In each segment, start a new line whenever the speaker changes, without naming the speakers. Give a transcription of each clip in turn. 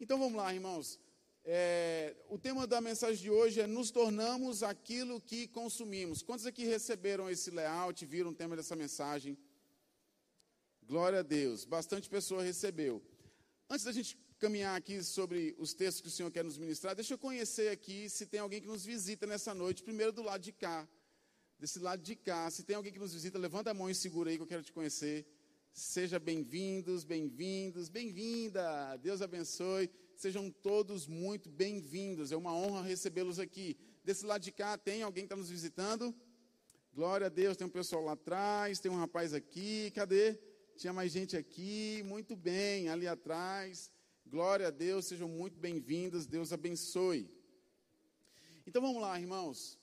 Então vamos lá, irmãos. O tema da mensagem de hoje é: nos tornamos aquilo que consumimos. Quantos aqui receberam esse layout, viram o tema dessa mensagem? Glória a Deus, bastante pessoa recebeu. Antes da gente caminhar aqui sobre os textos que o Senhor quer nos ministrar, deixa eu conhecer aqui se tem alguém que nos visita nessa noite, primeiro do lado de cá. Desse lado de cá, se tem alguém que nos visita, levanta a mão e segura aí que eu quero te conhecer. Seja bem-vindos, bem-vindos, bem-vinda, Deus abençoe, sejam todos muito bem-vindos, é uma honra recebê-los aqui. Desse lado de cá, tem alguém que está nos visitando? Glória a Deus, tem um pessoal lá atrás, tem um rapaz aqui, cadê? Tinha mais gente aqui, muito bem, ali atrás, glória a Deus, sejam muito bem-vindos, Deus abençoe. Então vamos lá, irmãos.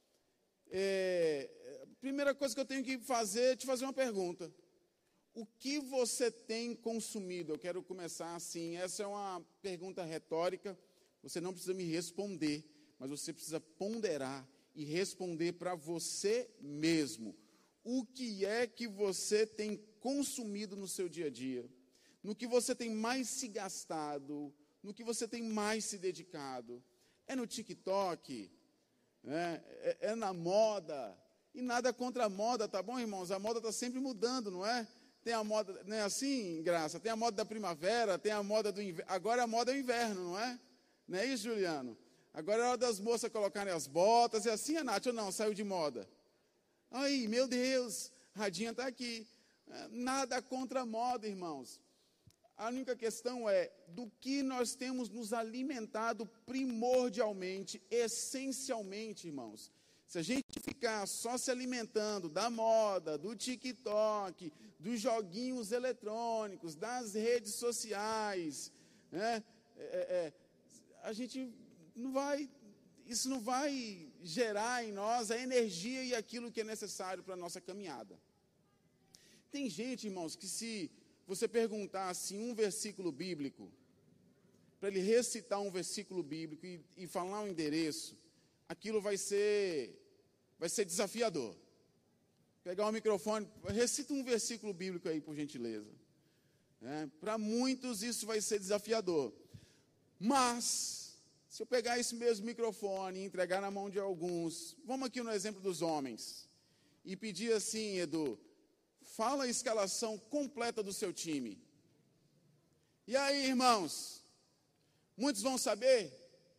Primeira coisa que eu tenho que fazer é te fazer uma pergunta. O que você tem consumido? Eu quero começar assim. Essa é uma pergunta retórica. Você não precisa me responder, mas você precisa ponderar e responder para você mesmo. O que é que você tem consumido no seu dia a dia? No que você tem mais se gastado? No que você tem mais se dedicado? É no TikTok? É na moda? E nada contra a moda, tá bom, irmãos? A moda está sempre mudando, não é? Tem a moda, não é assim, Graça? Tem a moda da primavera, tem a moda do inverno. Agora a moda é o inverno, não é? Não é isso, Juliano? Agora é hora das moças colocarem as botas. É assim, a Nath, ou não? Saiu de moda. Aí, meu Deus, Radinha está aqui. Nada contra a moda, irmãos. A única questão é do que nós temos nos alimentado primordialmente, essencialmente, irmãos. Se a gente ficar só se alimentando da moda, do TikTok, dos joguinhos eletrônicos, das redes sociais, né? A gente não vai, isso não vai gerar em nós a energia e aquilo que é necessário para a nossa caminhada. Tem gente, irmãos, que se você perguntar assim um versículo bíblico, para ele recitar um versículo bíblico e falar um endereço, aquilo vai ser desafiador. Pegar o microfone, recita um versículo bíblico aí, por gentileza. Para muitos isso vai ser desafiador. Mas, se eu pegar esse mesmo microfone e entregar na mão de alguns, vamos aqui no exemplo dos homens, e pedir assim, Edu, fala a escalação completa do seu time. E aí, irmãos? Muitos vão saber?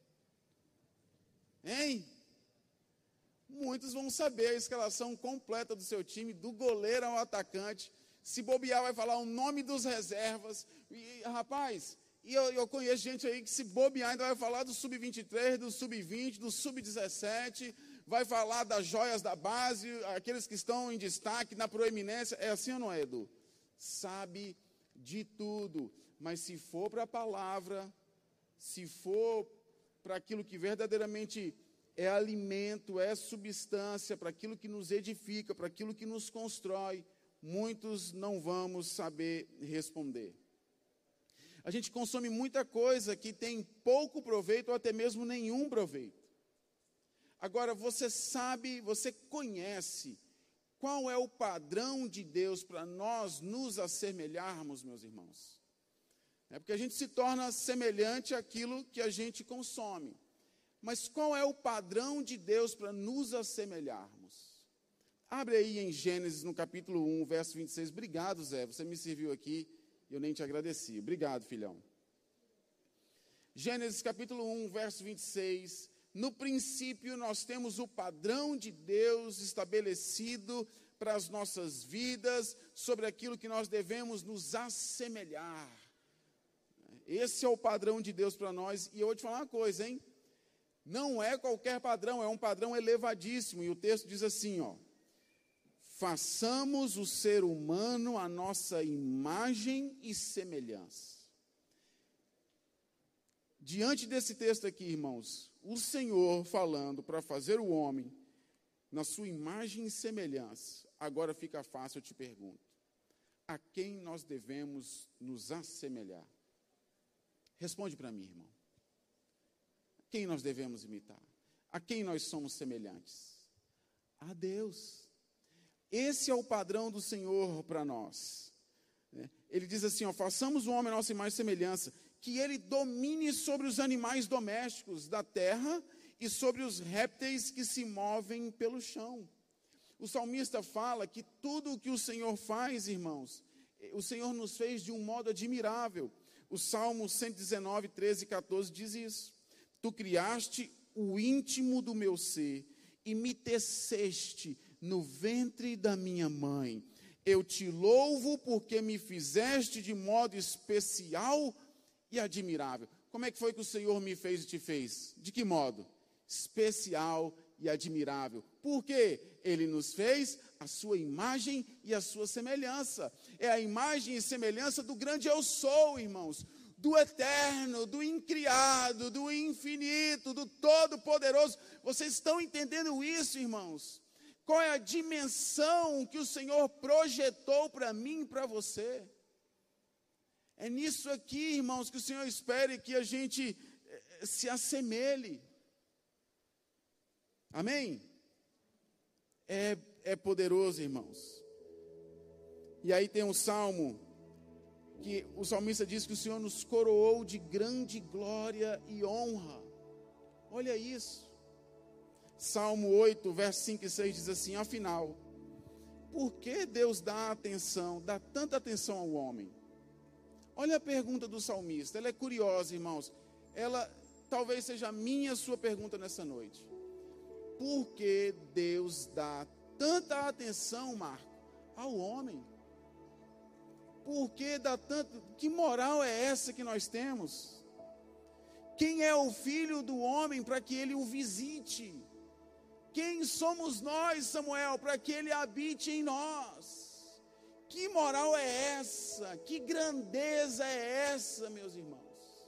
Hein? Muitos vão saber a escalação completa do seu time, do goleiro ao atacante. Se bobear, vai falar o nome dos reservas. E, rapaz, eu conheço gente aí que se bobear ainda vai falar do sub-23, do sub-20, do sub-17, vai falar das joias da base, aqueles que estão em destaque, na proeminência. É assim ou não é, Edu? Sabe de tudo. Mas se for para a palavra, se for para aquilo que verdadeiramente é alimento, é substância, para aquilo que nos edifica, para aquilo que nos constrói, muitos não vamos saber responder. A gente consome muita coisa que tem pouco proveito ou até mesmo nenhum proveito. Agora, você sabe, você conhece qual é o padrão de Deus para nós nos assemelharmos, meus irmãos? É porque a gente se torna semelhante àquilo que a gente consome. Mas qual é o padrão de Deus para nos assemelharmos? Abre aí em Gênesis, no capítulo 1, verso 26. Obrigado, Zé, você me serviu aqui e eu nem te agradeci. Obrigado, filhão. Gênesis, capítulo 1, verso 26. No princípio, nós temos o padrão de Deus estabelecido para as nossas vidas, sobre aquilo que nós devemos nos assemelhar. Esse é o padrão de Deus para nós. E eu vou te falar uma coisa, hein? Não é qualquer padrão, é um padrão elevadíssimo. E o texto diz assim, ó: façamos o ser humano a nossa imagem e semelhança. Diante desse texto aqui, irmãos, o Senhor falando para fazer o homem na sua imagem e semelhança. Agora fica fácil, eu te pergunto: a quem nós devemos nos assemelhar? Responde para mim, irmão. Quem nós devemos imitar? A quem nós somos semelhantes? A Deus. Esse é o padrão do Senhor para nós. Ele diz assim, ó: façamos o homem a nossa imagem e semelhança, que ele domine sobre os animais domésticos da terra e sobre os répteis que se movem pelo chão. O salmista fala que tudo o que o Senhor faz, irmãos, o Senhor nos fez de um modo admirável. O Salmo 119, 13 e 14 diz isso. Tu criaste o íntimo do meu ser e me teceste no ventre da minha mãe. Eu te louvo porque me fizeste de modo especial e admirável. Como é que foi que o Senhor me fez e te fez? De que modo? Especial e admirável. Por quê? Ele nos fez a sua imagem e a sua semelhança. É a imagem e semelhança do grande eu sou, irmãos. Do eterno, do incriado, do infinito, do todo-poderoso. Vocês estão entendendo isso, irmãos? Qual é a dimensão que o Senhor projetou para mim e para você? É nisso aqui, irmãos, que o Senhor espera que a gente se assemelhe. Amém? É poderoso, irmãos. E aí tem um salmo que o salmista diz que o Senhor nos coroou de grande glória e honra. Olha isso. Salmo 8, verso 5 e 6 diz assim: afinal, por que Deus dá tanta atenção ao homem? Olha a pergunta do salmista, ela é curiosa, irmãos. Ela talvez seja a minha, sua pergunta nessa noite. Por que Deus dá tanta atenção, Marco, ao homem? Por que dá tanto? Que moral é essa que nós temos? Quem é o filho do homem para que ele o visite? Quem somos nós, Samuel, para que ele habite em nós? Que moral é essa? Que grandeza é essa, meus irmãos?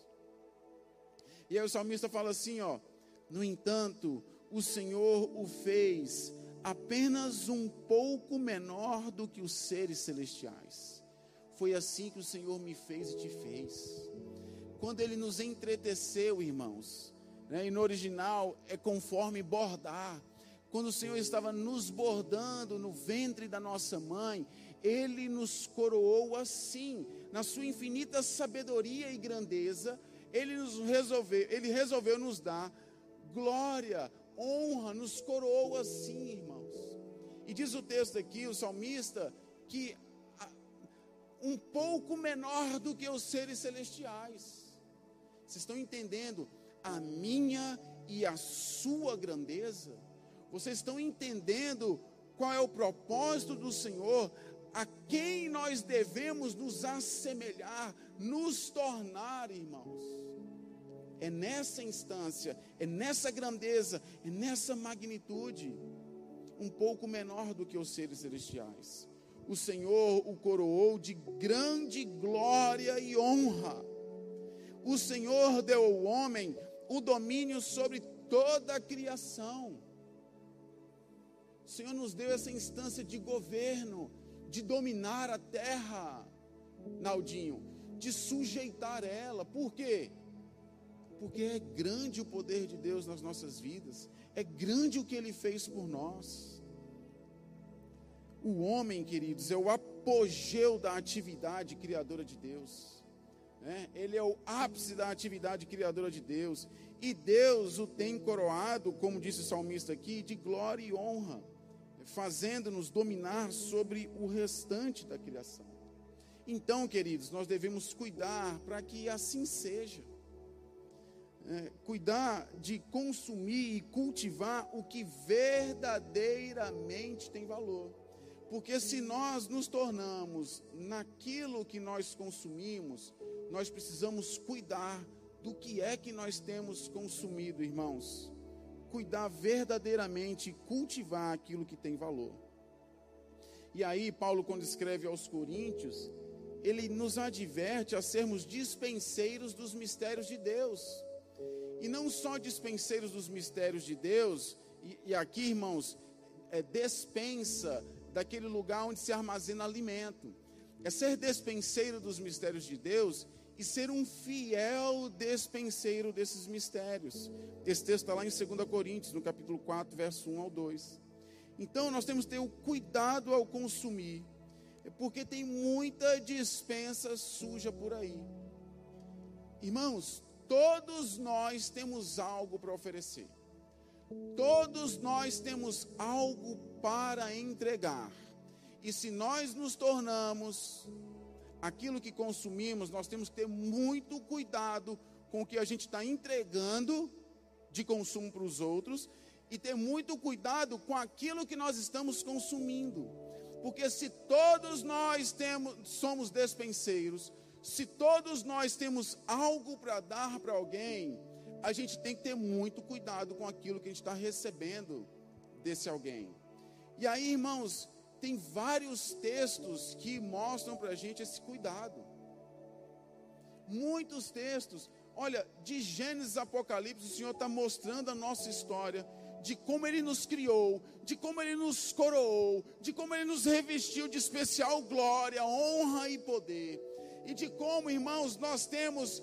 E aí o salmista fala assim, ó: no entanto, o Senhor o fez apenas um pouco menor do que os seres celestiais. Foi assim que o Senhor me fez e te fez. Quando Ele nos entreteceu, irmãos, né, e no original é conforme bordar. Quando o Senhor estava nos bordando no ventre da nossa mãe, Ele nos coroou assim, na sua infinita sabedoria e grandeza. Ele resolveu nos dar glória, honra, nos coroou assim, irmãos. E diz o texto aqui, o salmista, que um pouco menor do que os seres celestiais. Vocês estão entendendo a minha e a sua grandeza? Vocês estão entendendo qual é o propósito do Senhor? A quem nós devemos nos assemelhar, nos tornar, irmãos? É nessa instância, é nessa grandeza, é nessa magnitude, um pouco menor do que os seres celestiais. O Senhor o coroou de grande glória e honra. O Senhor deu ao homem o domínio sobre toda a criação. O Senhor nos deu essa instância de governo, de dominar a terra, Naldinho, de sujeitar ela. Por quê? Porque é grande o poder de Deus nas nossas vidas, é grande o que Ele fez por nós. O homem, queridos, é o apogeu da atividade criadora de Deus, né? Ele é o ápice da atividade criadora de Deus, e Deus o tem coroado, como disse o salmista aqui, de glória e honra, fazendo-nos dominar sobre o restante da criação. Então, queridos, nós devemos cuidar para que assim seja. Cuidar de consumir e cultivar o que verdadeiramente tem valor. Porque se nós nos tornamos naquilo que nós consumimos, nós precisamos cuidar do que é que nós temos consumido, irmãos. Cuidar verdadeiramente e cultivar aquilo que tem valor. E aí, Paulo, quando escreve aos Coríntios, ele nos adverte a sermos dispenseiros dos mistérios de Deus. E não só dispenseiros dos mistérios de Deus, e aqui, irmãos, é despensa daquele lugar onde se armazena alimento. É ser despenseiro dos mistérios de Deus e ser um fiel despenseiro desses mistérios. Esse texto está lá em 2 Coríntios, no capítulo 4, verso 1 ao 2. Então, nós temos que ter o cuidado ao consumir, porque tem muita dispensa suja por aí. Irmãos, todos nós temos algo para oferecer. Todos nós temos algo para entregar. E se nós nos tornamos aquilo que consumimos, nós temos que ter muito cuidado com o que a gente está entregando de consumo para os outros, e ter muito cuidado com aquilo que nós estamos consumindo. Porque se todos nós somos despenseiros, se todos nós temos algo para dar para alguém, a gente tem que ter muito cuidado com aquilo que a gente está recebendo desse alguém. E aí, irmãos, tem vários textos que mostram para a gente esse cuidado. Muitos textos. Olha, de Gênesis a Apocalipse, o Senhor está mostrando a nossa história, de como Ele nos criou, de como Ele nos coroou, de como Ele nos revestiu de especial glória, honra e poder. E de como, irmãos, nós temos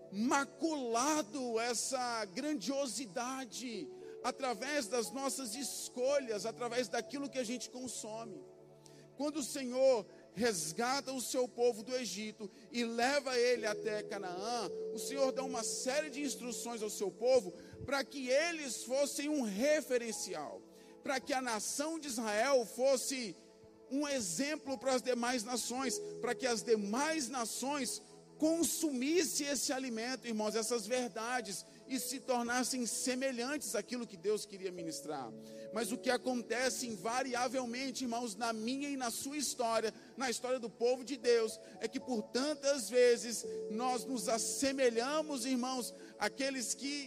maculado essa grandiosidade através das nossas escolhas, através daquilo que a gente consome. Quando o Senhor resgata o seu povo do Egito e leva ele até Canaã, o Senhor dá uma série de instruções ao seu povo para que eles fossem um referencial, para que a nação de Israel fosse um exemplo para as demais nações, para que as demais nações consumissem esse alimento, irmãos, essas verdades, e se tornassem semelhantes àquilo que Deus queria ministrar. Mas o que acontece invariavelmente, irmãos, na minha e na sua história, na história do povo de Deus, é que por tantas vezes nós nos assemelhamos, irmãos, àqueles que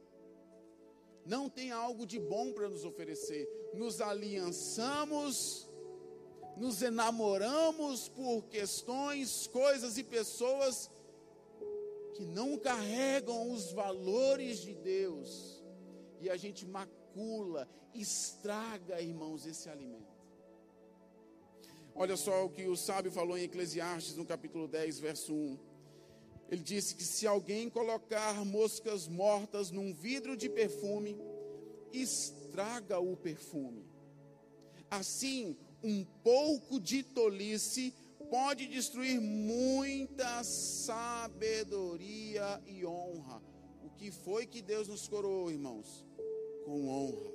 não têm algo de bom para nos oferecer. Nos aliançamos, nos enamoramos por questões, coisas e pessoas que não carregam os valores de Deus, e a gente macula, estraga, irmãos, esse alimento. Olha só o que o sábio falou em Eclesiastes, no capítulo 10, verso 1. Ele disse que se alguém colocar moscas mortas num vidro de perfume, estraga o perfume. Assim, um pouco de tolice pode destruir muita sabedoria e honra. O que foi que Deus nos coroou, irmãos? Com honra.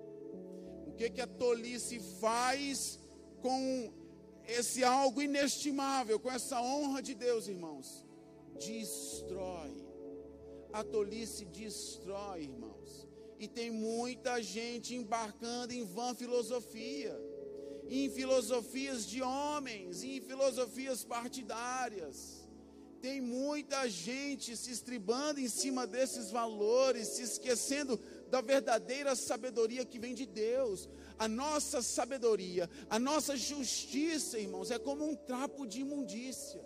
O que a tolice faz com esse algo inestimável, com essa honra de Deus, irmãos? Destrói. A tolice destrói, irmãos. E tem muita gente embarcando em vã filosofia, em filosofias de homens, em filosofias partidárias. Tem muita gente se estribando em cima desses valores, se esquecendo da verdadeira sabedoria que vem de Deus. A nossa sabedoria, a nossa justiça, irmãos, é como um trapo de imundícia.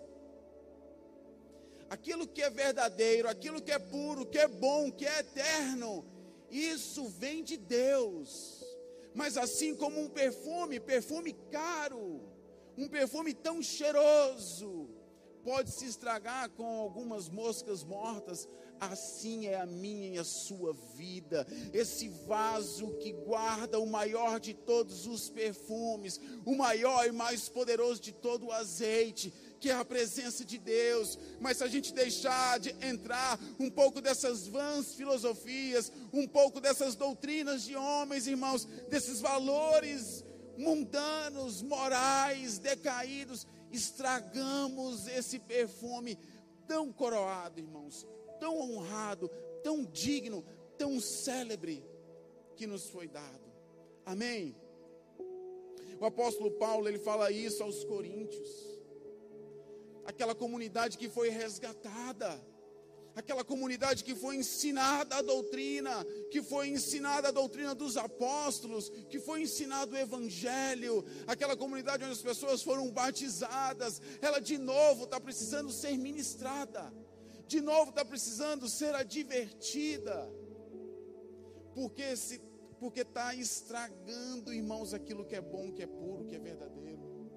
Aquilo que é verdadeiro, aquilo que é puro, que é bom, que é eterno, isso vem de Deus. Mas assim como um perfume caro, um perfume tão cheiroso, pode se estragar com algumas moscas mortas, assim é a minha e a sua vida. Esse vaso que guarda o maior de todos os perfumes, o maior e mais poderoso de todo o azeite, que é a presença de Deus. Mas se a gente deixar de entrar um pouco dessas vãs filosofias, um pouco dessas doutrinas de homens, irmãos, desses valores mundanos, morais, decaídos, estragamos esse perfume tão coroado, irmãos, tão honrado, tão digno, tão célebre que nos foi dado. Amém? O apóstolo Paulo, ele fala isso aos coríntios, aquela comunidade que foi resgatada, aquela comunidade que foi ensinada a doutrina, que foi ensinada a doutrina dos apóstolos, que foi ensinado o evangelho, aquela comunidade onde as pessoas foram batizadas, ela de novo está precisando ser ministrada, de novo está precisando ser advertida, porque está estragando, irmãos, aquilo que é bom, que é puro, que é verdadeiro.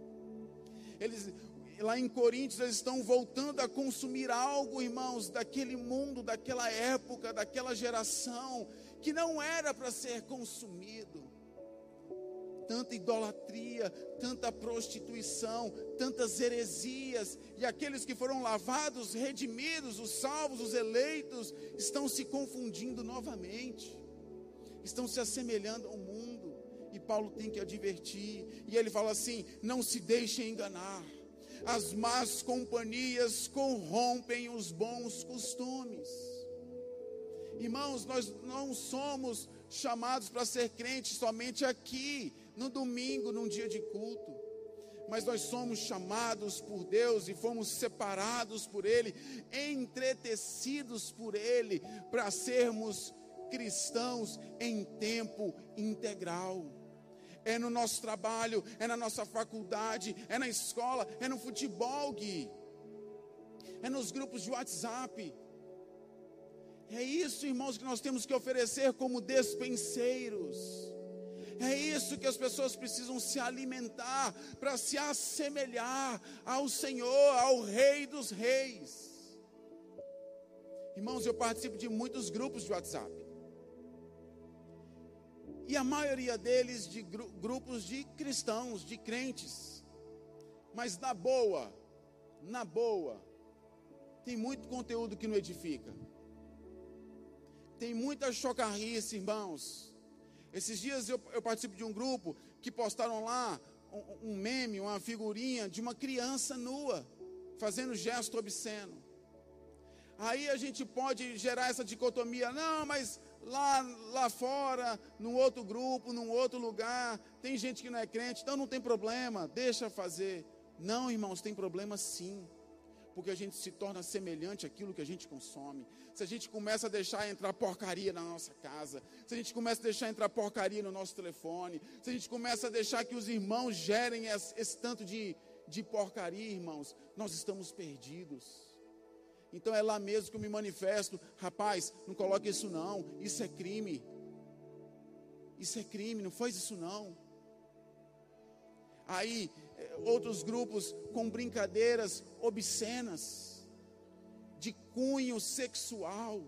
Lá em Coríntios, eles estão voltando a consumir algo, irmãos, daquele mundo, daquela época, daquela geração, que não era para ser consumido. tanta idolatria, tanta prostituição, tantas heresias, e aqueles que foram lavados, redimidos, os salvos, os eleitos, estão se confundindo novamente, estão se assemelhando ao mundo, e Paulo tem que advertir, e ele fala assim: não se deixem enganar, as más companhias corrompem os bons costumes. Irmãos, nós não somos chamados para ser crentes somente aqui, no domingo, num dia de culto, mas nós somos chamados por Deus e fomos separados por Ele, entretecidos por Ele, para sermos cristãos em tempo integral. É no nosso trabalho, é na nossa faculdade, é na escola, é no futebol, Gui, é nos grupos de WhatsApp. É isso, irmãos, que nós temos que oferecer como despenseiros. É isso que as pessoas precisam se alimentar, para se assemelhar ao Senhor, ao Rei dos Reis. Irmãos, eu participo de muitos grupos de WhatsApp, e a maioria deles de grupos de cristãos, de crentes. Mas na boa, tem muito conteúdo que não edifica. Tem muita chocarrice, irmãos. Esses dias eu participo de um grupo que postaram lá um meme, uma figurinha de uma criança nua, fazendo gesto obsceno. Aí a gente pode gerar essa dicotomia: não, mas lá fora, num outro grupo, num outro lugar, tem gente que não é crente, então não tem problema, deixa fazer. Não, irmãos, tem problema sim, porque a gente se torna semelhante àquilo que a gente consome. Se a gente começa a deixar entrar porcaria na nossa casa, se a gente começa a deixar entrar porcaria no nosso telefone, se a gente começa a deixar que os irmãos gerem esse tanto de porcaria, irmãos, nós estamos perdidos. Então é lá mesmo que eu me manifesto: rapaz, não coloque isso não, isso é crime. Isso é crime, não faz isso não. Aí, outros grupos com brincadeiras obscenas, de cunho sexual.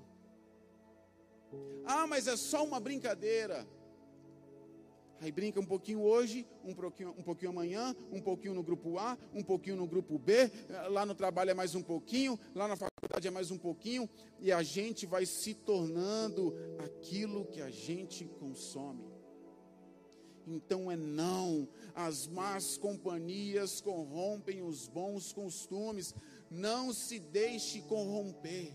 Ah, mas é só uma brincadeira. Aí brinca um pouquinho hoje, um pouquinho amanhã, um pouquinho no grupo A, um pouquinho no grupo B, lá no trabalho é mais um pouquinho, lá na faculdade é mais um pouquinho, e a gente vai se tornando aquilo que a gente consome. Então não, as más companhias corrompem os bons costumes. Não se deixe corromper.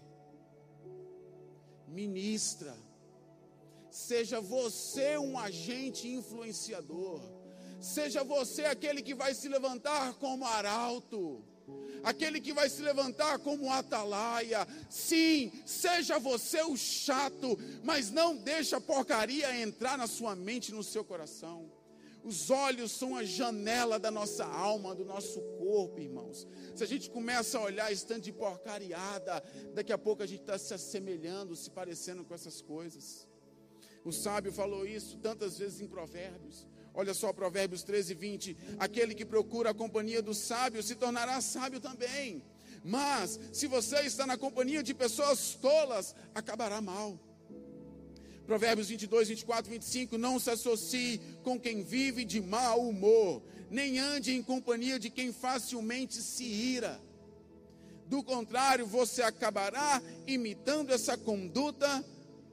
Ministra. Seja você um agente influenciador. Seja você aquele que vai se levantar como arauto, aquele que vai se levantar como atalaia. Sim, seja você o chato, mas não deixa a porcaria entrar na sua mente e no seu coração. Os olhos são a janela da nossa alma, do nosso corpo, irmãos. Se a gente começa a olhar esse tanto de porcariada, daqui a pouco a gente está se assemelhando, se parecendo com essas coisas. O sábio falou isso tantas vezes em Provérbios. Olha só, Provérbios 13:20. Aquele que procura a companhia do sábio se tornará sábio também. Mas, se você está na companhia de pessoas tolas, acabará mal. Provérbios 22:24-25. Não se associe com quem vive de mau humor, nem ande em companhia de quem facilmente se ira. Do contrário, você acabará imitando essa conduta,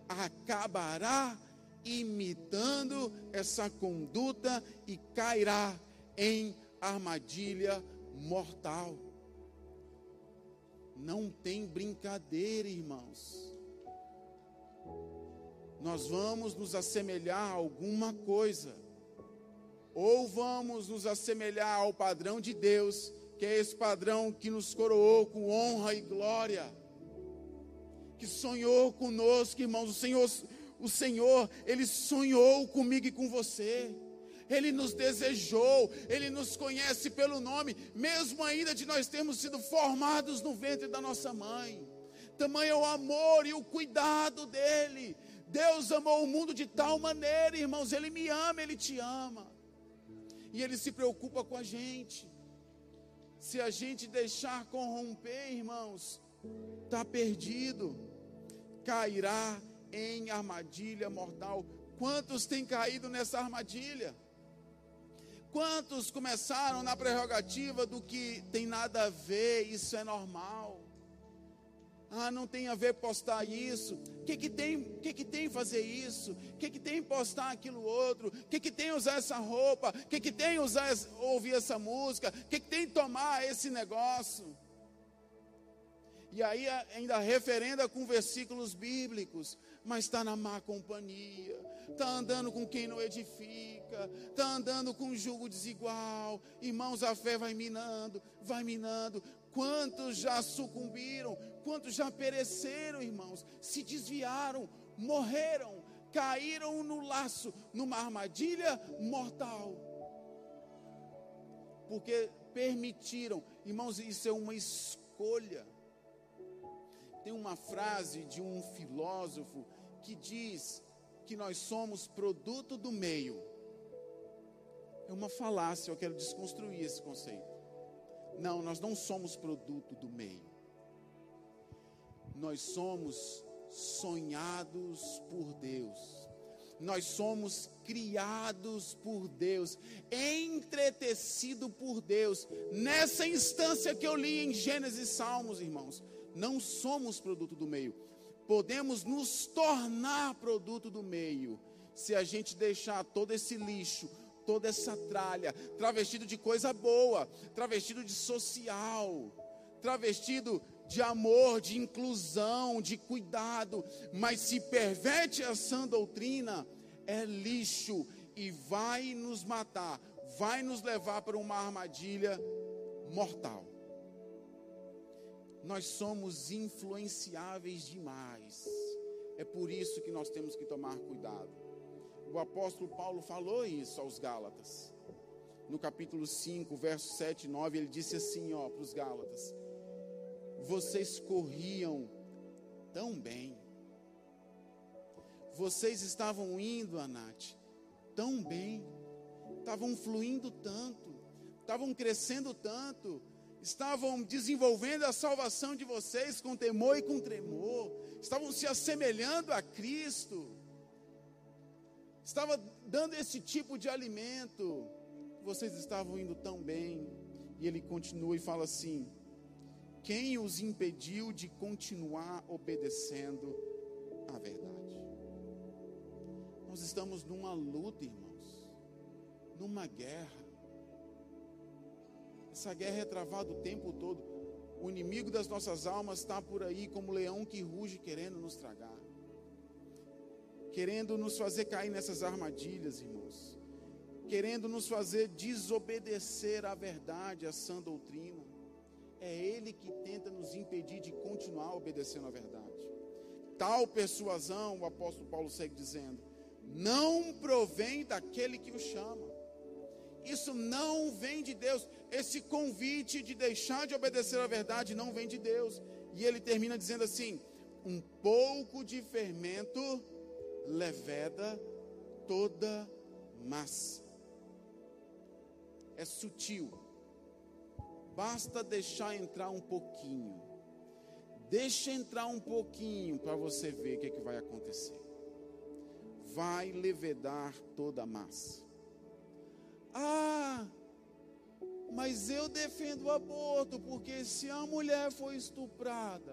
e cairá em armadilha mortal. Não tem brincadeira, irmãos. Nós vamos nos assemelhar a alguma coisa, ou vamos nos assemelhar ao padrão de Deus, que é esse padrão que nos coroou com honra e glória, que sonhou conosco, irmãos. O Senhor, Ele sonhou comigo e com você. Ele nos desejou, Ele nos conhece pelo nome, mesmo ainda de nós termos sido formados no ventre da nossa mãe. Tamanho é o amor e o cuidado dEle. Deus amou o mundo de tal maneira, irmãos, Ele me ama, Ele te ama. E Ele se preocupa com a gente. Se a gente deixar corromper, irmãos, está perdido. Cairá em armadilha mortal. Quantos têm caído nessa armadilha? Quantos começaram na prerrogativa do que tem nada a ver, isso é normal. Não tem a ver postar isso. O que tem fazer isso? O que tem postar aquilo outro? O que tem usar essa roupa? O que tem ouvir essa música? O que tem tomar esse negócio? E aí ainda referenda com versículos bíblicos, mas está na má companhia, está andando com quem não edifica, está andando com jugo desigual. Irmãos, a fé vai minando, vai minando. Quantos já sucumbiram, quantos já pereceram, irmãos, se desviaram, morreram, caíram no laço, numa armadilha mortal, porque permitiram. Irmãos, isso é uma escolha. Tem uma frase de um filósofo que diz que nós somos produto do meio. É uma falácia, eu quero desconstruir esse conceito. Não, nós não somos produto do meio. Nós somos sonhados por Deus. Nós somos criados por Deus, entretecido por Deus. Nessa instância que eu li em Gênesis e Salmos, irmãos, não somos produto do meio. Podemos nos tornar produto do meio, se a gente deixar todo esse lixo, toda essa tralha, travestido de coisa boa, travestido de social, travestido de amor, de inclusão, de cuidado, mas se perverte a sã doutrina, é lixo e vai nos matar, vai nos levar para uma armadilha mortal. Nós somos influenciáveis demais, é por isso que nós temos que tomar cuidado. O apóstolo Paulo falou isso aos Gálatas, no capítulo 5, versos 7 e 9, ele disse assim, para os Gálatas: vocês corriam tão bem, vocês estavam indo, Anate, tão bem, estavam fluindo tanto, estavam crescendo tanto, estavam desenvolvendo a salvação de vocês com temor e com tremor, estavam se assemelhando a Cristo, estava dando esse tipo de alimento, vocês estavam indo tão bem. E ele continua e fala assim: quem os impediu de continuar obedecendo à verdade? Nós estamos numa luta, irmãos, numa guerra. Essa guerra é travada o tempo todo. O inimigo das nossas almas está por aí como leão que ruge, querendo nos tragar, querendo nos fazer cair nessas armadilhas, irmãos, querendo nos fazer desobedecer à verdade, à sã doutrina. É ele que tenta nos impedir de continuar obedecendo à verdade. Tal persuasão, o apóstolo Paulo segue dizendo, não provém daquele que o chama. Isso não vem de Deus. Esse convite de deixar de obedecer à verdade não vem de Deus. E ele termina dizendo assim: um pouco de fermento leveda toda massa. É sutil. Basta deixar entrar um pouquinho. Deixa entrar um pouquinho para você ver o que vai acontecer. Vai levedar toda a massa. Mas eu defendo o aborto, porque se a mulher for estuprada,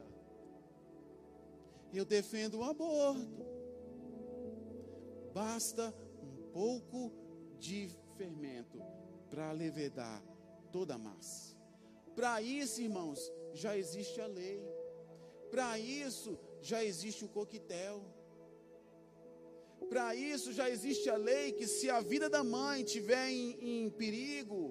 eu defendo o aborto. Basta um pouco de fermento para levedar toda a massa. Para isso, irmãos, já existe a lei. Para isso já existe o coquetel. Para isso já existe a lei que se a vida da mãe estiver em perigo,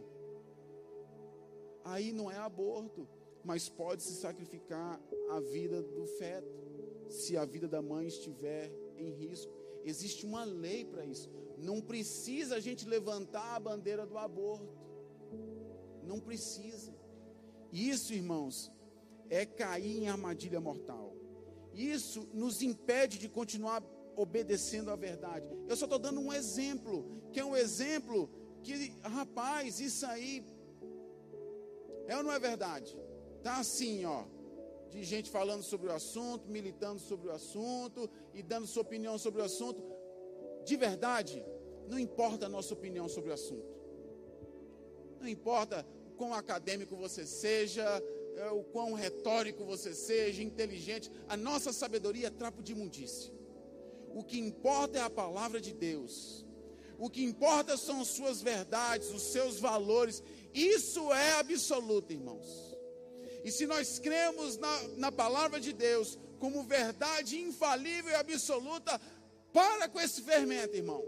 aí não é aborto, mas pode se sacrificar a vida do feto, se a vida da mãe estiver em risco. Existe uma lei para isso. Não precisa a gente levantar a bandeira do aborto. Não precisa. Isso, irmãos, é cair em armadilha mortal. Isso nos impede de continuar obedecendo à verdade. Eu só estou dando um exemplo, que é um exemplo que, rapaz, isso aí é ou não é verdade? Tá assim, de gente falando sobre o assunto, militando sobre o assunto e dando sua opinião sobre o assunto. De verdade, não importa a nossa opinião sobre o assunto. Não importa o quão acadêmico você seja, o quão retórico você seja, inteligente, a nossa sabedoria é trapo de imundícia. O que importa é a palavra de Deus. O que importa são as suas verdades, os seus valores. Isso é absoluto, irmãos. E se nós cremos na palavra de Deus como verdade infalível e absoluta, para com esse fermento, irmão.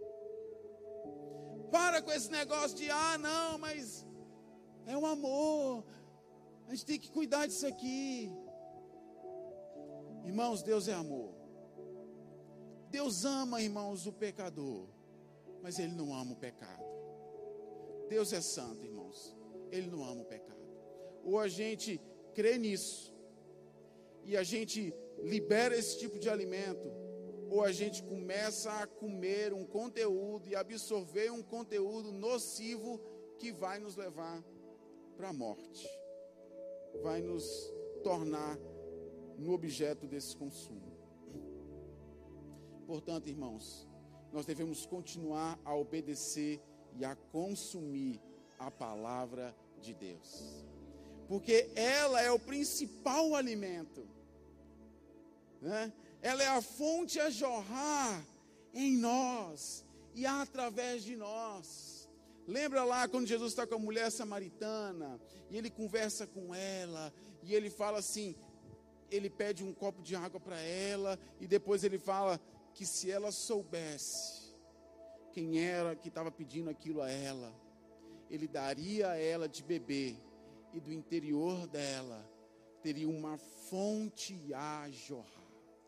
Para com esse negócio de, não, mas é um amor. A gente tem que cuidar disso aqui. Irmãos, Deus é amor. Deus ama, irmãos, o pecador. Mas Ele não ama o pecado. Deus é santo, irmãos. Ele não ama o pecado. Ou a gente crê nisso e a gente libera esse tipo de alimento, ou a gente começa a comer um conteúdo e absorver um conteúdo nocivo que vai nos levar para a morte, vai nos tornar no objeto desse consumo. Portanto, irmãos, nós devemos continuar a obedecer e a consumir a palavra de Deus, porque ela é o principal alimento, né? Ela é a fonte a jorrar em nós e através de nós. Lembra lá quando Jesus está com a mulher samaritana e ele conversa com ela e ele fala assim, ele pede um copo de água para ela e depois ele fala que se ela soubesse quem era que estava pedindo aquilo a ela, ele daria a ela de beber e do interior dela teria uma fonte a jorrar.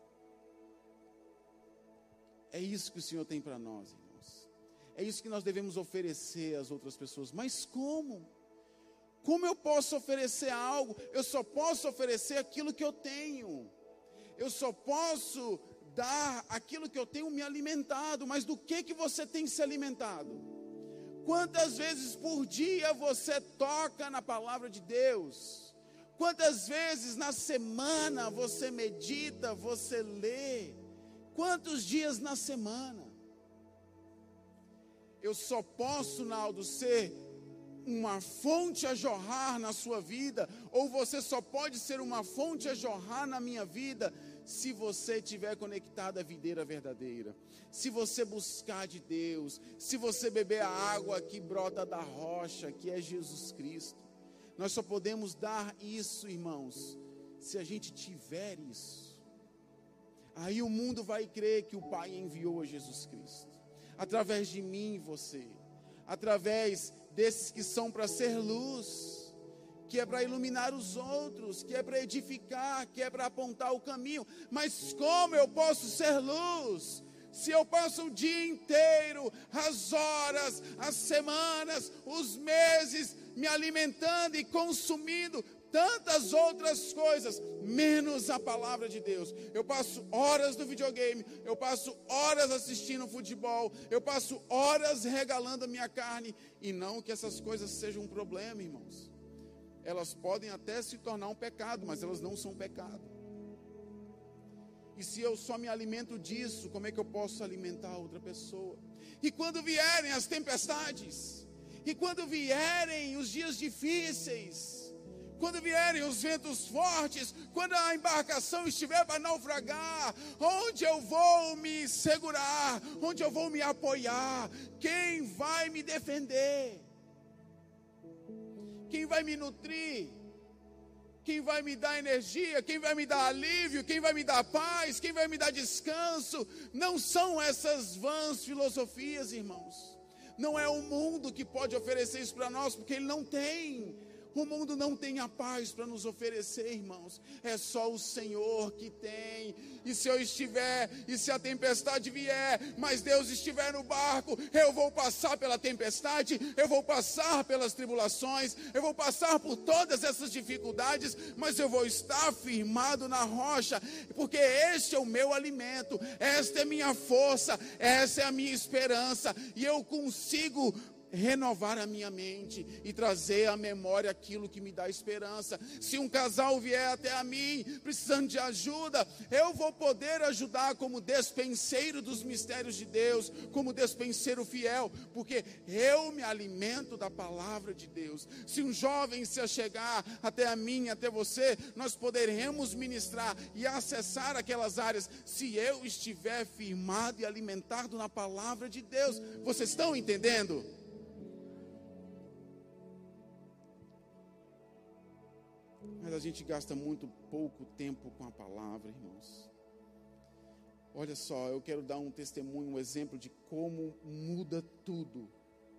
É isso que o Senhor tem para nós, irmãos. É isso que nós devemos oferecer às outras pessoas. Mas como? Como eu posso oferecer algo? Eu só posso oferecer aquilo que eu tenho. Eu só posso dar aquilo que eu tenho me alimentado. Mas do que você tem se alimentado? Quantas vezes por dia você toca na palavra de Deus? Quantas vezes na semana você medita, você lê? Quantos dias na semana? Eu só posso, Naldo, ser uma fonte a jorrar na sua vida, ou você só pode ser uma fonte a jorrar na minha vida, se você estiver conectado à videira verdadeira, se você buscar de Deus, se você beber a água que brota da rocha, que é Jesus Cristo. Nós só podemos dar isso, irmãos, se a gente tiver isso. Aí o mundo vai crer que o Pai enviou a Jesus Cristo, através de mim e você, através desses que são para ser luz, que é para iluminar os outros, que é para edificar, que é para apontar o caminho. Mas como eu posso ser luz, se eu passo o dia inteiro, as horas, as semanas, os meses, me alimentando e consumindo tantas outras coisas, menos a palavra de Deus? Eu passo horas no videogame, eu passo horas assistindo futebol, eu passo horas regalando a minha carne, e não que essas coisas sejam um problema, irmãos. Elas podem até se tornar um pecado, mas elas não são pecado. E se eu só me alimento disso, como é que eu posso alimentar outra pessoa? E quando vierem as tempestades, e quando vierem os dias difíceis, quando vierem os ventos fortes, quando a embarcação estiver para naufragar, onde eu vou me segurar? Onde eu vou me apoiar? Quem vai me defender? Quem vai me nutrir? Quem vai me dar energia? Quem vai me dar alívio? Quem vai me dar paz? Quem vai me dar descanso? Não são essas vãs filosofias, irmãos. Não é o mundo que pode oferecer isso para nós, porque ele não tem. O mundo não tem a paz para nos oferecer, irmãos. É só o Senhor que tem. E se eu estiver, e se a tempestade vier, mas Deus estiver no barco, eu vou passar pela tempestade, eu vou passar pelas tribulações, eu vou passar por todas essas dificuldades, mas eu vou estar firmado na rocha, porque este é o meu alimento, esta é minha força, essa é a minha esperança, e eu consigo renovar a minha mente e trazer à memória aquilo que me dá esperança. Se um casal vier até a mim precisando de ajuda, eu vou poder ajudar como despenseiro dos mistérios de Deus, como despenseiro fiel, porque eu me alimento da palavra de Deus. Se um jovem se achegar até a mim, até você, nós poderemos ministrar e acessar aquelas áreas, se eu estiver firmado e alimentado na palavra de Deus. Vocês estão entendendo? Mas a gente gasta muito pouco tempo com a palavra, irmãos. Olha só, eu quero dar um testemunho, um exemplo de como muda tudo.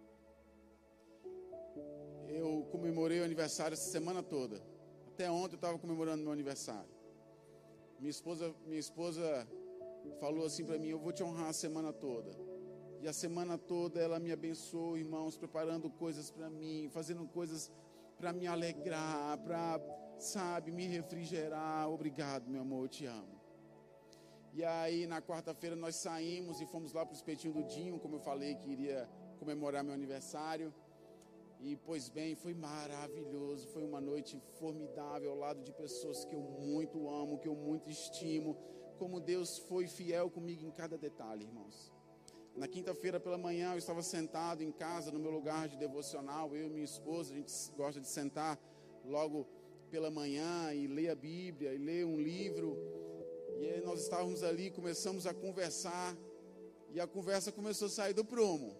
Eu comemorei o aniversário essa semana toda. Até ontem eu estava comemorando meu aniversário. Minha esposa falou assim para mim: eu vou te honrar a semana toda. E a semana toda ela me abençoou, irmãos, preparando coisas para mim, fazendo coisas para me alegrar, para, sabe, me refrigerar. Obrigado, meu amor, eu te amo. E aí, na quarta-feira, nós saímos e fomos lá para o espetinho do Dinho, como eu falei que iria comemorar meu aniversário. E, pois bem, foi maravilhoso, foi uma noite formidável, ao lado de pessoas que eu muito amo, que eu muito estimo, como Deus foi fiel comigo em cada detalhe, irmãos. Na quinta-feira pela manhã, eu estava sentado em casa, no meu lugar de devocional, eu e minha esposa, a gente gosta de sentar logo pela manhã e ler a Bíblia, e ler um livro. E aí nós estávamos ali, começamos a conversar, e a conversa começou a sair do prumo.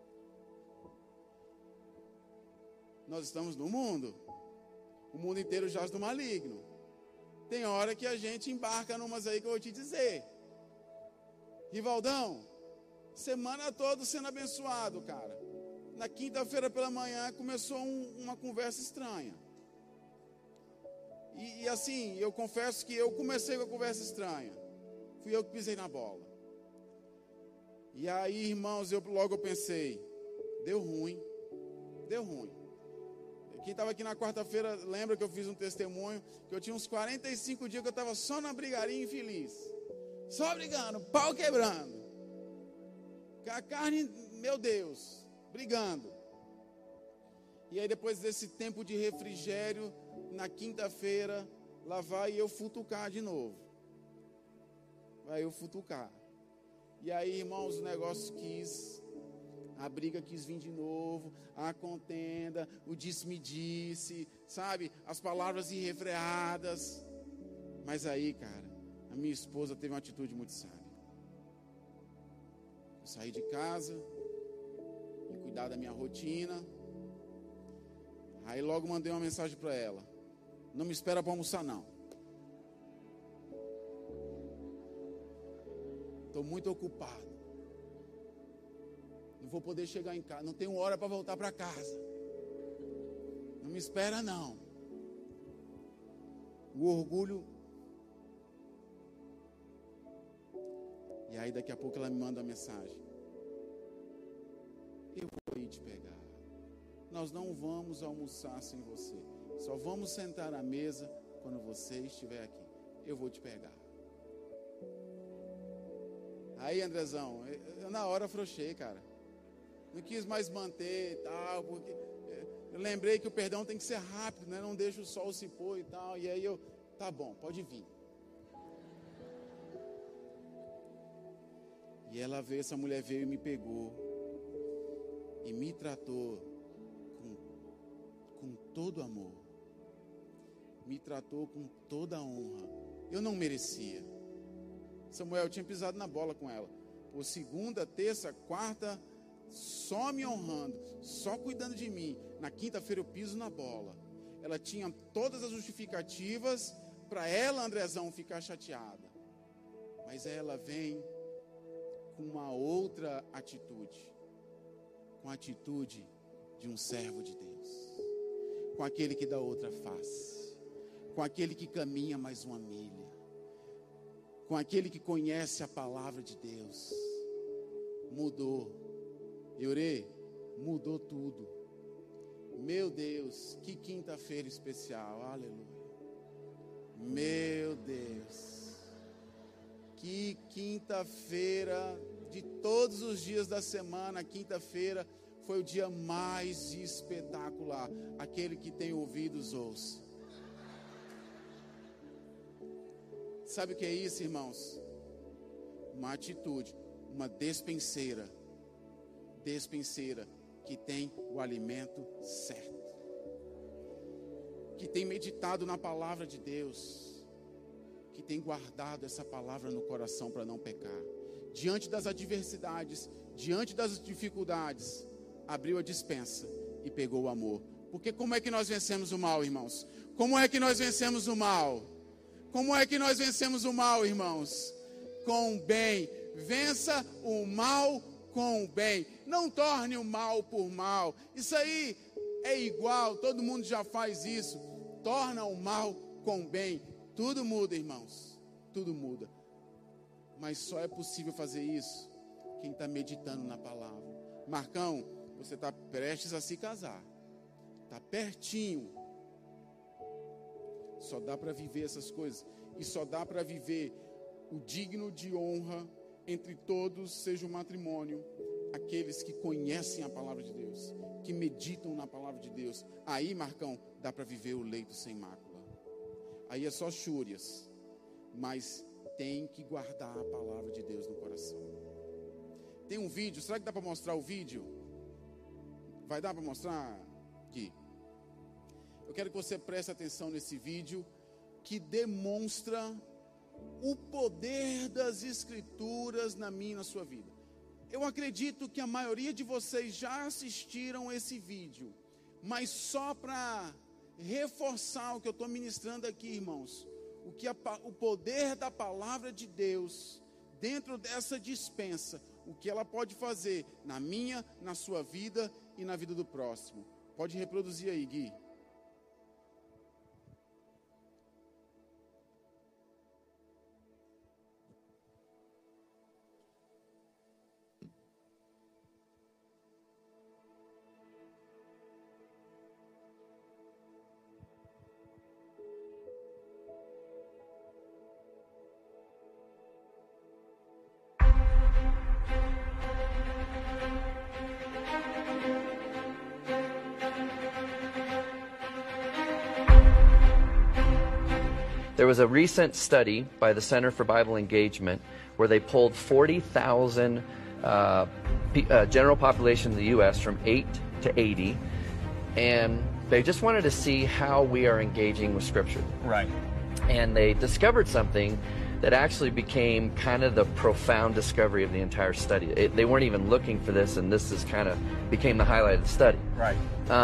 Nós estamos no mundo, o mundo inteiro jaz do maligno. Tem hora que a gente embarca numas aí que eu vou te dizer. Rivaldão, semana toda sendo abençoado, cara. Na quinta-feira pela manhã começou uma conversa estranha. E assim, eu confesso que eu comecei com a conversa estranha. Fui eu que pisei na bola. E aí, irmãos, logo pensei, deu ruim. Quem estava aqui na quarta-feira, lembra que eu fiz um testemunho, que eu tinha uns 45 dias que eu estava só na brigaria infeliz. Só brigando, pau quebrando. Com a carne, meu Deus, brigando. E aí depois desse tempo de refrigério, na quinta-feira, lá vai eu futucar de novo. E aí, irmãos, o negócio a briga quis vir de novo, a contenda, o disse-me-disse, sabe? As palavras irrefreadas. Mas aí, cara, a minha esposa teve uma atitude muito sábia. Eu saí de casa, e cuidar da minha rotina. Aí logo mandei uma mensagem para ela: não me espera para almoçar não. Estou muito ocupado. Não vou poder chegar em casa, não tenho hora para voltar para casa. Não me espera não. O orgulho. E aí daqui a pouco ela me manda uma mensagem: eu vou ir te pegar. Nós não vamos almoçar sem você. Só vamos sentar à mesa quando você estiver aqui. Eu vou te pegar. Aí, Andrezão, eu na hora afrouxei, cara. Não quis mais manter e tal, porque eu lembrei que o perdão tem que ser rápido, né? Não deixa o sol se pôr e tal. E aí tá bom, pode vir. E essa mulher veio e me pegou. E me tratou com todo amor. Me tratou com toda a honra. Eu não merecia. Samuel tinha pisado na bola com ela. Por segunda, terça, quarta, só me honrando, só cuidando de mim. Na quinta-feira eu piso na bola. Ela tinha todas as justificativas para ela, Andrezão, ficar chateada. Mas ela vem com uma outra atitude. Com a atitude de um servo de Deus. Com aquele que dá outra face. Com aquele que caminha mais uma milha. Com aquele que conhece a palavra de Deus. Mudou. Eurê, mudou tudo. Meu Deus, que quinta-feira especial. Aleluia. Meu Deus. Que quinta-feira, de todos os dias da semana, quinta-feira foi o dia mais espetacular. Aquele que tem ouvidos, ouça. Sabe o que é isso, irmãos? Uma atitude, uma despenseira que tem o alimento certo, que tem meditado na palavra de Deus, que tem guardado essa palavra no coração para não pecar. Diante das adversidades, diante das dificuldades, abriu a despensa e pegou o amor. Porque como é que nós vencemos o mal, irmãos? Como é que nós vencemos o mal? Como é que nós vencemos o mal, irmãos? Com o bem. Vença o mal com o bem. Não torne o mal por mal. Isso aí é igual, todo mundo já faz isso. Torna o mal com o bem. Tudo muda, irmãos. Tudo muda. Mas só é possível fazer isso quem está meditando na palavra. Marcão, você está prestes a se casar. Está pertinho. Só dá para viver essas coisas. E só dá para viver o digno de honra entre todos, seja o matrimônio, aqueles que conhecem a palavra de Deus, que meditam na palavra de Deus. Aí, Marcão, dá para viver o leito sem mácula. Aí é só chúrias, mas tem que guardar a palavra de Deus no coração. Tem um vídeo, será que dá para mostrar o vídeo? Vai dar para mostrar, Gui? Eu quero que você preste atenção nesse vídeo que demonstra o poder das Escrituras na minha e na sua vida. Eu acredito que a maioria de vocês já assistiram esse vídeo, mas só para reforçar o que eu estou ministrando aqui, irmãos, o poder da palavra de Deus dentro dessa dispensa, o que ela pode fazer na minha, na sua vida e na vida do próximo. Pode reproduzir aí, Gui.
There was a recent study by the Center for Bible Engagement where they polled 40,000 general population in the U.S. from 8 to 80, and they just wanted to see how we are engaging with Scripture.
Right.
And they discovered something that actually became kind of the profound discovery of the entire study. They weren't even looking for this, and this is kind of became the highlight of the study.
Right.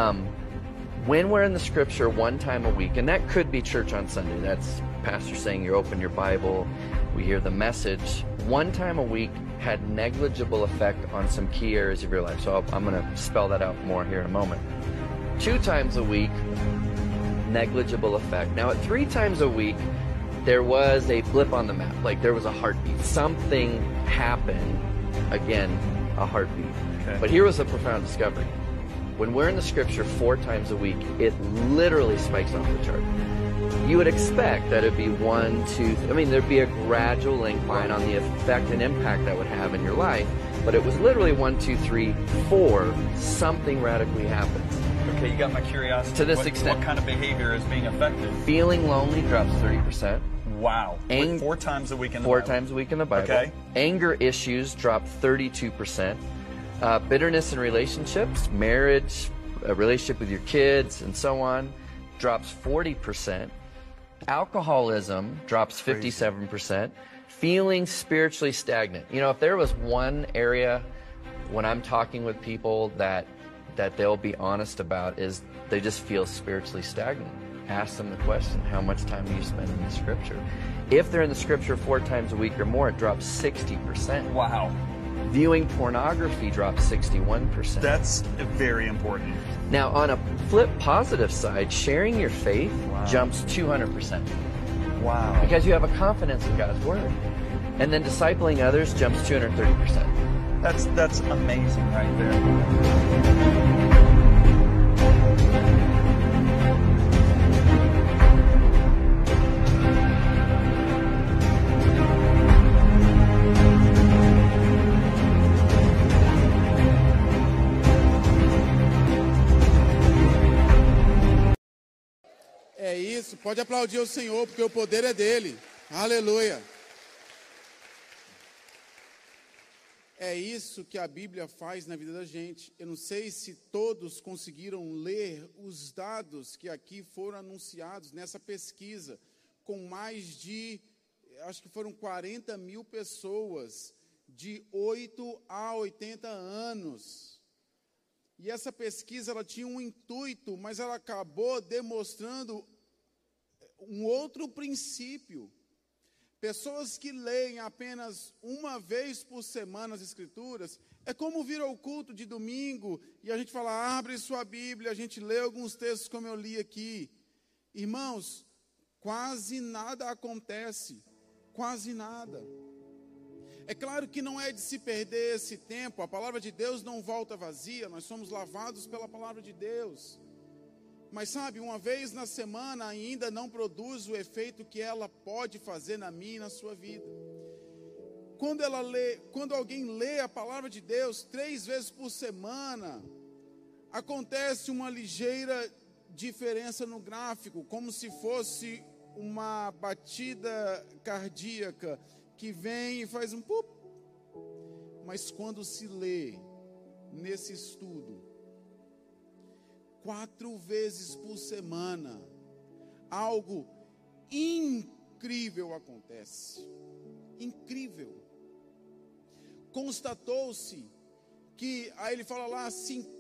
When we're in the Scripture one time a week, and that could be church on Sunday, that's pastor saying you open your Bible, we hear the message, one time a week had negligible effect on some key areas of your life. So I'm going to spell that out more here in a moment. 2 times a week, negligible effect. Now at 3 times a week, there was a blip on the map, like there was a heartbeat. Something happened, again, a heartbeat.
Okay.
But here was a profound discovery. When we're in the Scripture 4 times a week, it literally spikes off the chart. You would expect that it'd be 1, 2, I mean, there'd be a gradual incline on the effect and impact that would have in your life, but it was literally 1, 2, 3, 4, something radically happened.
Okay, you got my curiosity.
To this extent.
What kind of behavior is being affected?
Feeling lonely drops 30%.
Wow. 4 times a week in the Bible.
4 times a week in the Bible.
Okay.
Anger issues drop 32%. Bitterness in relationships, marriage, a relationship with your kids, and so on, drops 40%. Alcoholism drops 57%. Feeling spiritually stagnant. You know, if there was one area when I'm talking with people that they'll be honest about is they just feel spiritually stagnant. Ask them the question, how much time do you spend in the Scripture? If they're in the Scripture 4 times a week or more, it drops 60%.
Wow.
Viewing pornography drops 61%.
That's very important.
Now, on a flip positive side, sharing your faith jumps 200%.
Wow.
Because you have a confidence in God's Word. And then discipling others jumps 230%.
That's amazing right there.
Pode aplaudir o Senhor, porque o poder é dele. Aleluia. É isso que a Bíblia faz na vida da gente. Eu não sei se todos conseguiram ler os dados que aqui foram anunciados nessa pesquisa, com mais de, acho que foram 40 mil pessoas, de 8 a 80 anos. E essa pesquisa, ela tinha um intuito, mas ela acabou demonstrando um outro princípio. Pessoas que leem apenas uma vez por semana as Escrituras, é como vir ao culto de domingo e a gente fala, abre sua Bíblia, a gente lê alguns textos como eu li aqui. Irmãos, quase nada acontece, quase nada. É claro que não é de se perder esse tempo, a palavra de Deus não volta vazia, nós somos lavados pela palavra de Deus. Mas sabe, uma vez na semana ainda não produz o efeito que ela pode fazer na minha e na sua vida. Quando alguém lê a palavra de Deus 3 vezes por semana, acontece uma ligeira diferença no gráfico, como se fosse uma batida cardíaca que vem e faz um pup. Mas quando se lê nesse estudo 4 vezes por semana, algo incrível acontece. Incrível. Constatou-se que, aí ele fala lá,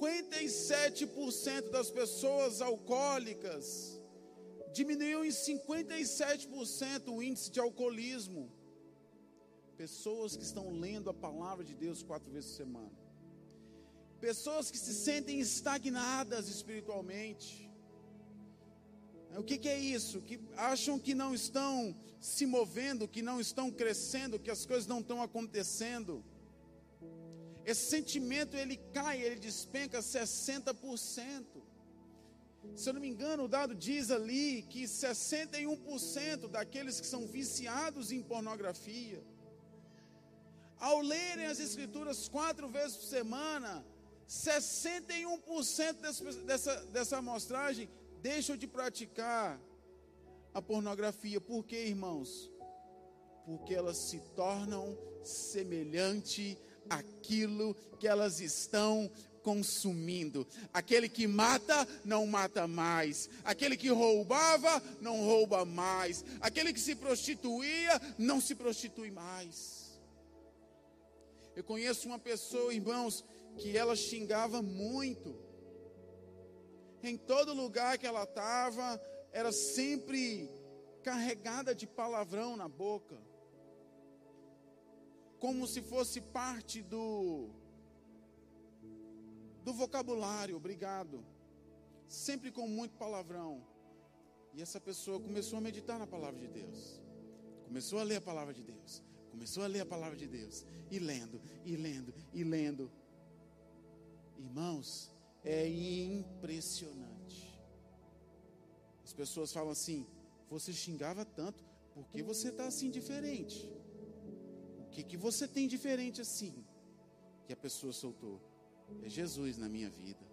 57% das pessoas alcoólicas, diminuiu em 57% o índice de alcoolismo. Pessoas que estão lendo a palavra de Deus 4 vezes por semana. Pessoas que se sentem estagnadas espiritualmente. O que é isso? Que acham que não estão se movendo, que não estão crescendo, que as coisas não estão acontecendo. Esse sentimento, ele cai, ele despenca 60%. Se eu não me engano, o dado diz ali que 61% daqueles que são viciados em pornografia, ao lerem as Escrituras 4 vezes por semana, 61% dessa amostragem deixam de praticar a pornografia. Por quê, irmãos? Porque elas se tornam semelhante àquilo que elas estão consumindo. Aquele que mata, não mata mais. Aquele que roubava, não rouba mais. Aquele que se prostituía, não se prostitui mais. Eu conheço uma pessoa, irmãos, que ela xingava muito. Em todo lugar que ela estava, era sempre carregada de palavrão na boca. Como se fosse parte do vocabulário, obrigado. Sempre com muito palavrão. E essa pessoa começou a meditar na palavra de Deus. Começou a ler a palavra de Deus. Começou a ler a palavra de Deus. E lendo, e lendo, e lendo. Irmãos, é impressionante. As pessoas falam assim, você xingava tanto, por que você está assim diferente? O que você tem diferente assim? Que a pessoa soltou, é Jesus na minha vida.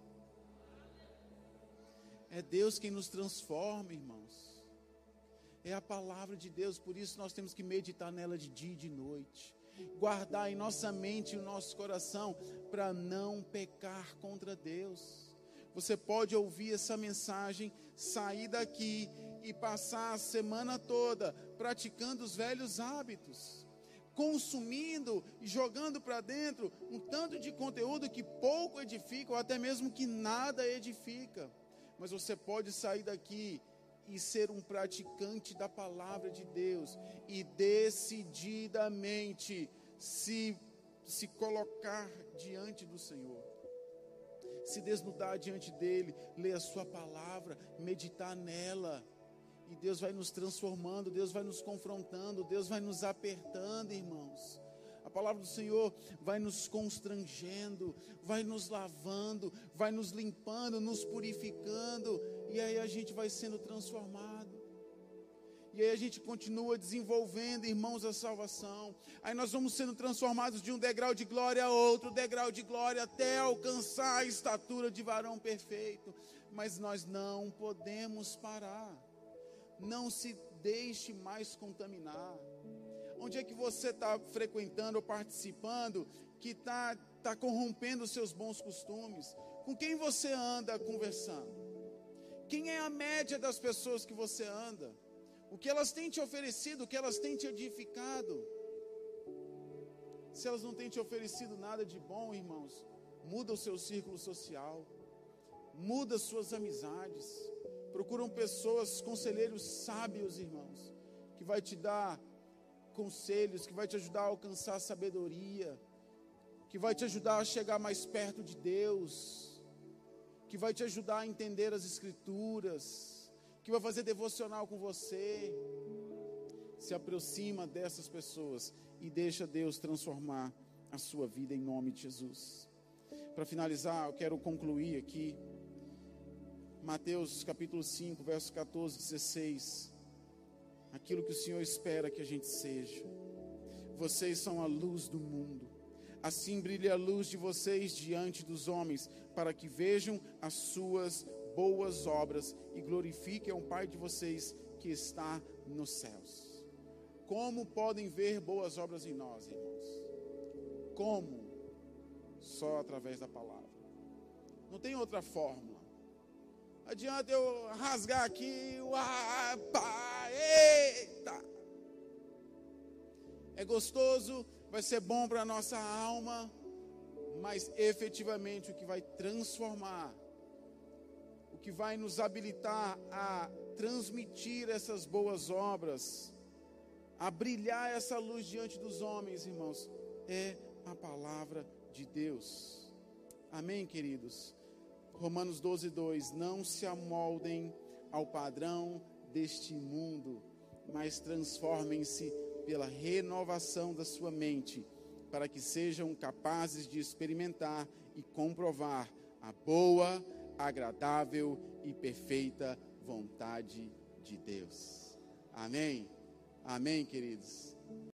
É Deus quem nos transforma, irmãos. É a palavra de Deus, por isso nós temos que meditar nela de dia e de noite. Guardar em nossa mente e o nosso coração para não pecar contra Deus. Você pode ouvir essa mensagem, sair daqui e passar a semana toda praticando os velhos hábitos, consumindo e jogando para dentro um tanto de conteúdo que pouco edifica ou até mesmo que nada edifica. Mas você pode sair daqui e ser um praticante da palavra de Deus e decididamente se colocar diante do Senhor, se desnudar diante dele, ler a sua palavra, meditar nela, e Deus vai nos transformando, Deus vai nos confrontando, Deus vai nos apertando, irmãos. A palavra do Senhor vai nos constrangendo, vai nos lavando, vai nos limpando, nos purificando, e aí a gente vai sendo transformado. E aí a gente continua desenvolvendo, irmãos, a salvação. Aí nós vamos sendo transformados de um degrau de glória a outro degrau de glória, até alcançar a estatura de varão perfeito. Mas nós não podemos parar. Não se deixe mais contaminar. Onde é que você está frequentando ou participando que está corrompendo os seus bons costumes? Com quem você anda conversando? Quem é a média das pessoas que você anda? O que elas têm te oferecido, o que elas têm te edificado? Se elas não têm te oferecido nada de bom, irmãos, muda o seu círculo social, muda suas amizades, procuram pessoas, conselheiros sábios, irmãos, que vai te dar conselhos, que vai te ajudar a alcançar sabedoria, que vai te ajudar a chegar mais perto de Deus, que vai te ajudar a entender as Escrituras, que vai fazer devocional com você. Se aproxima dessas pessoas e deixa Deus transformar a sua vida em nome de Jesus. Para finalizar, eu quero concluir aqui, Mateus capítulo 5, verso 14, 16, aquilo que o Senhor espera que a gente seja. Vocês são a luz do mundo, assim brilhe a luz de vocês diante dos homens, para que vejam as suas boas obras e glorifiquem ao Pai de vocês que está nos céus. Como podem ver boas obras em nós, irmãos? Como? Só através da palavra. Não tem outra fórmula. Adianta eu rasgar aqui, eita! É gostoso, vai ser bom para a nossa alma, mas efetivamente o que vai transformar, o que vai nos habilitar a transmitir essas boas obras, a brilhar essa luz diante dos homens, irmãos, é a palavra de Deus. Amém, queridos? Romanos 12, 2, não se amoldem ao padrão deste mundo, mas transformem-se pela renovação da sua mente, para que sejam capazes de experimentar e comprovar a boa, agradável e perfeita vontade de Deus. Amém? Amém, queridos?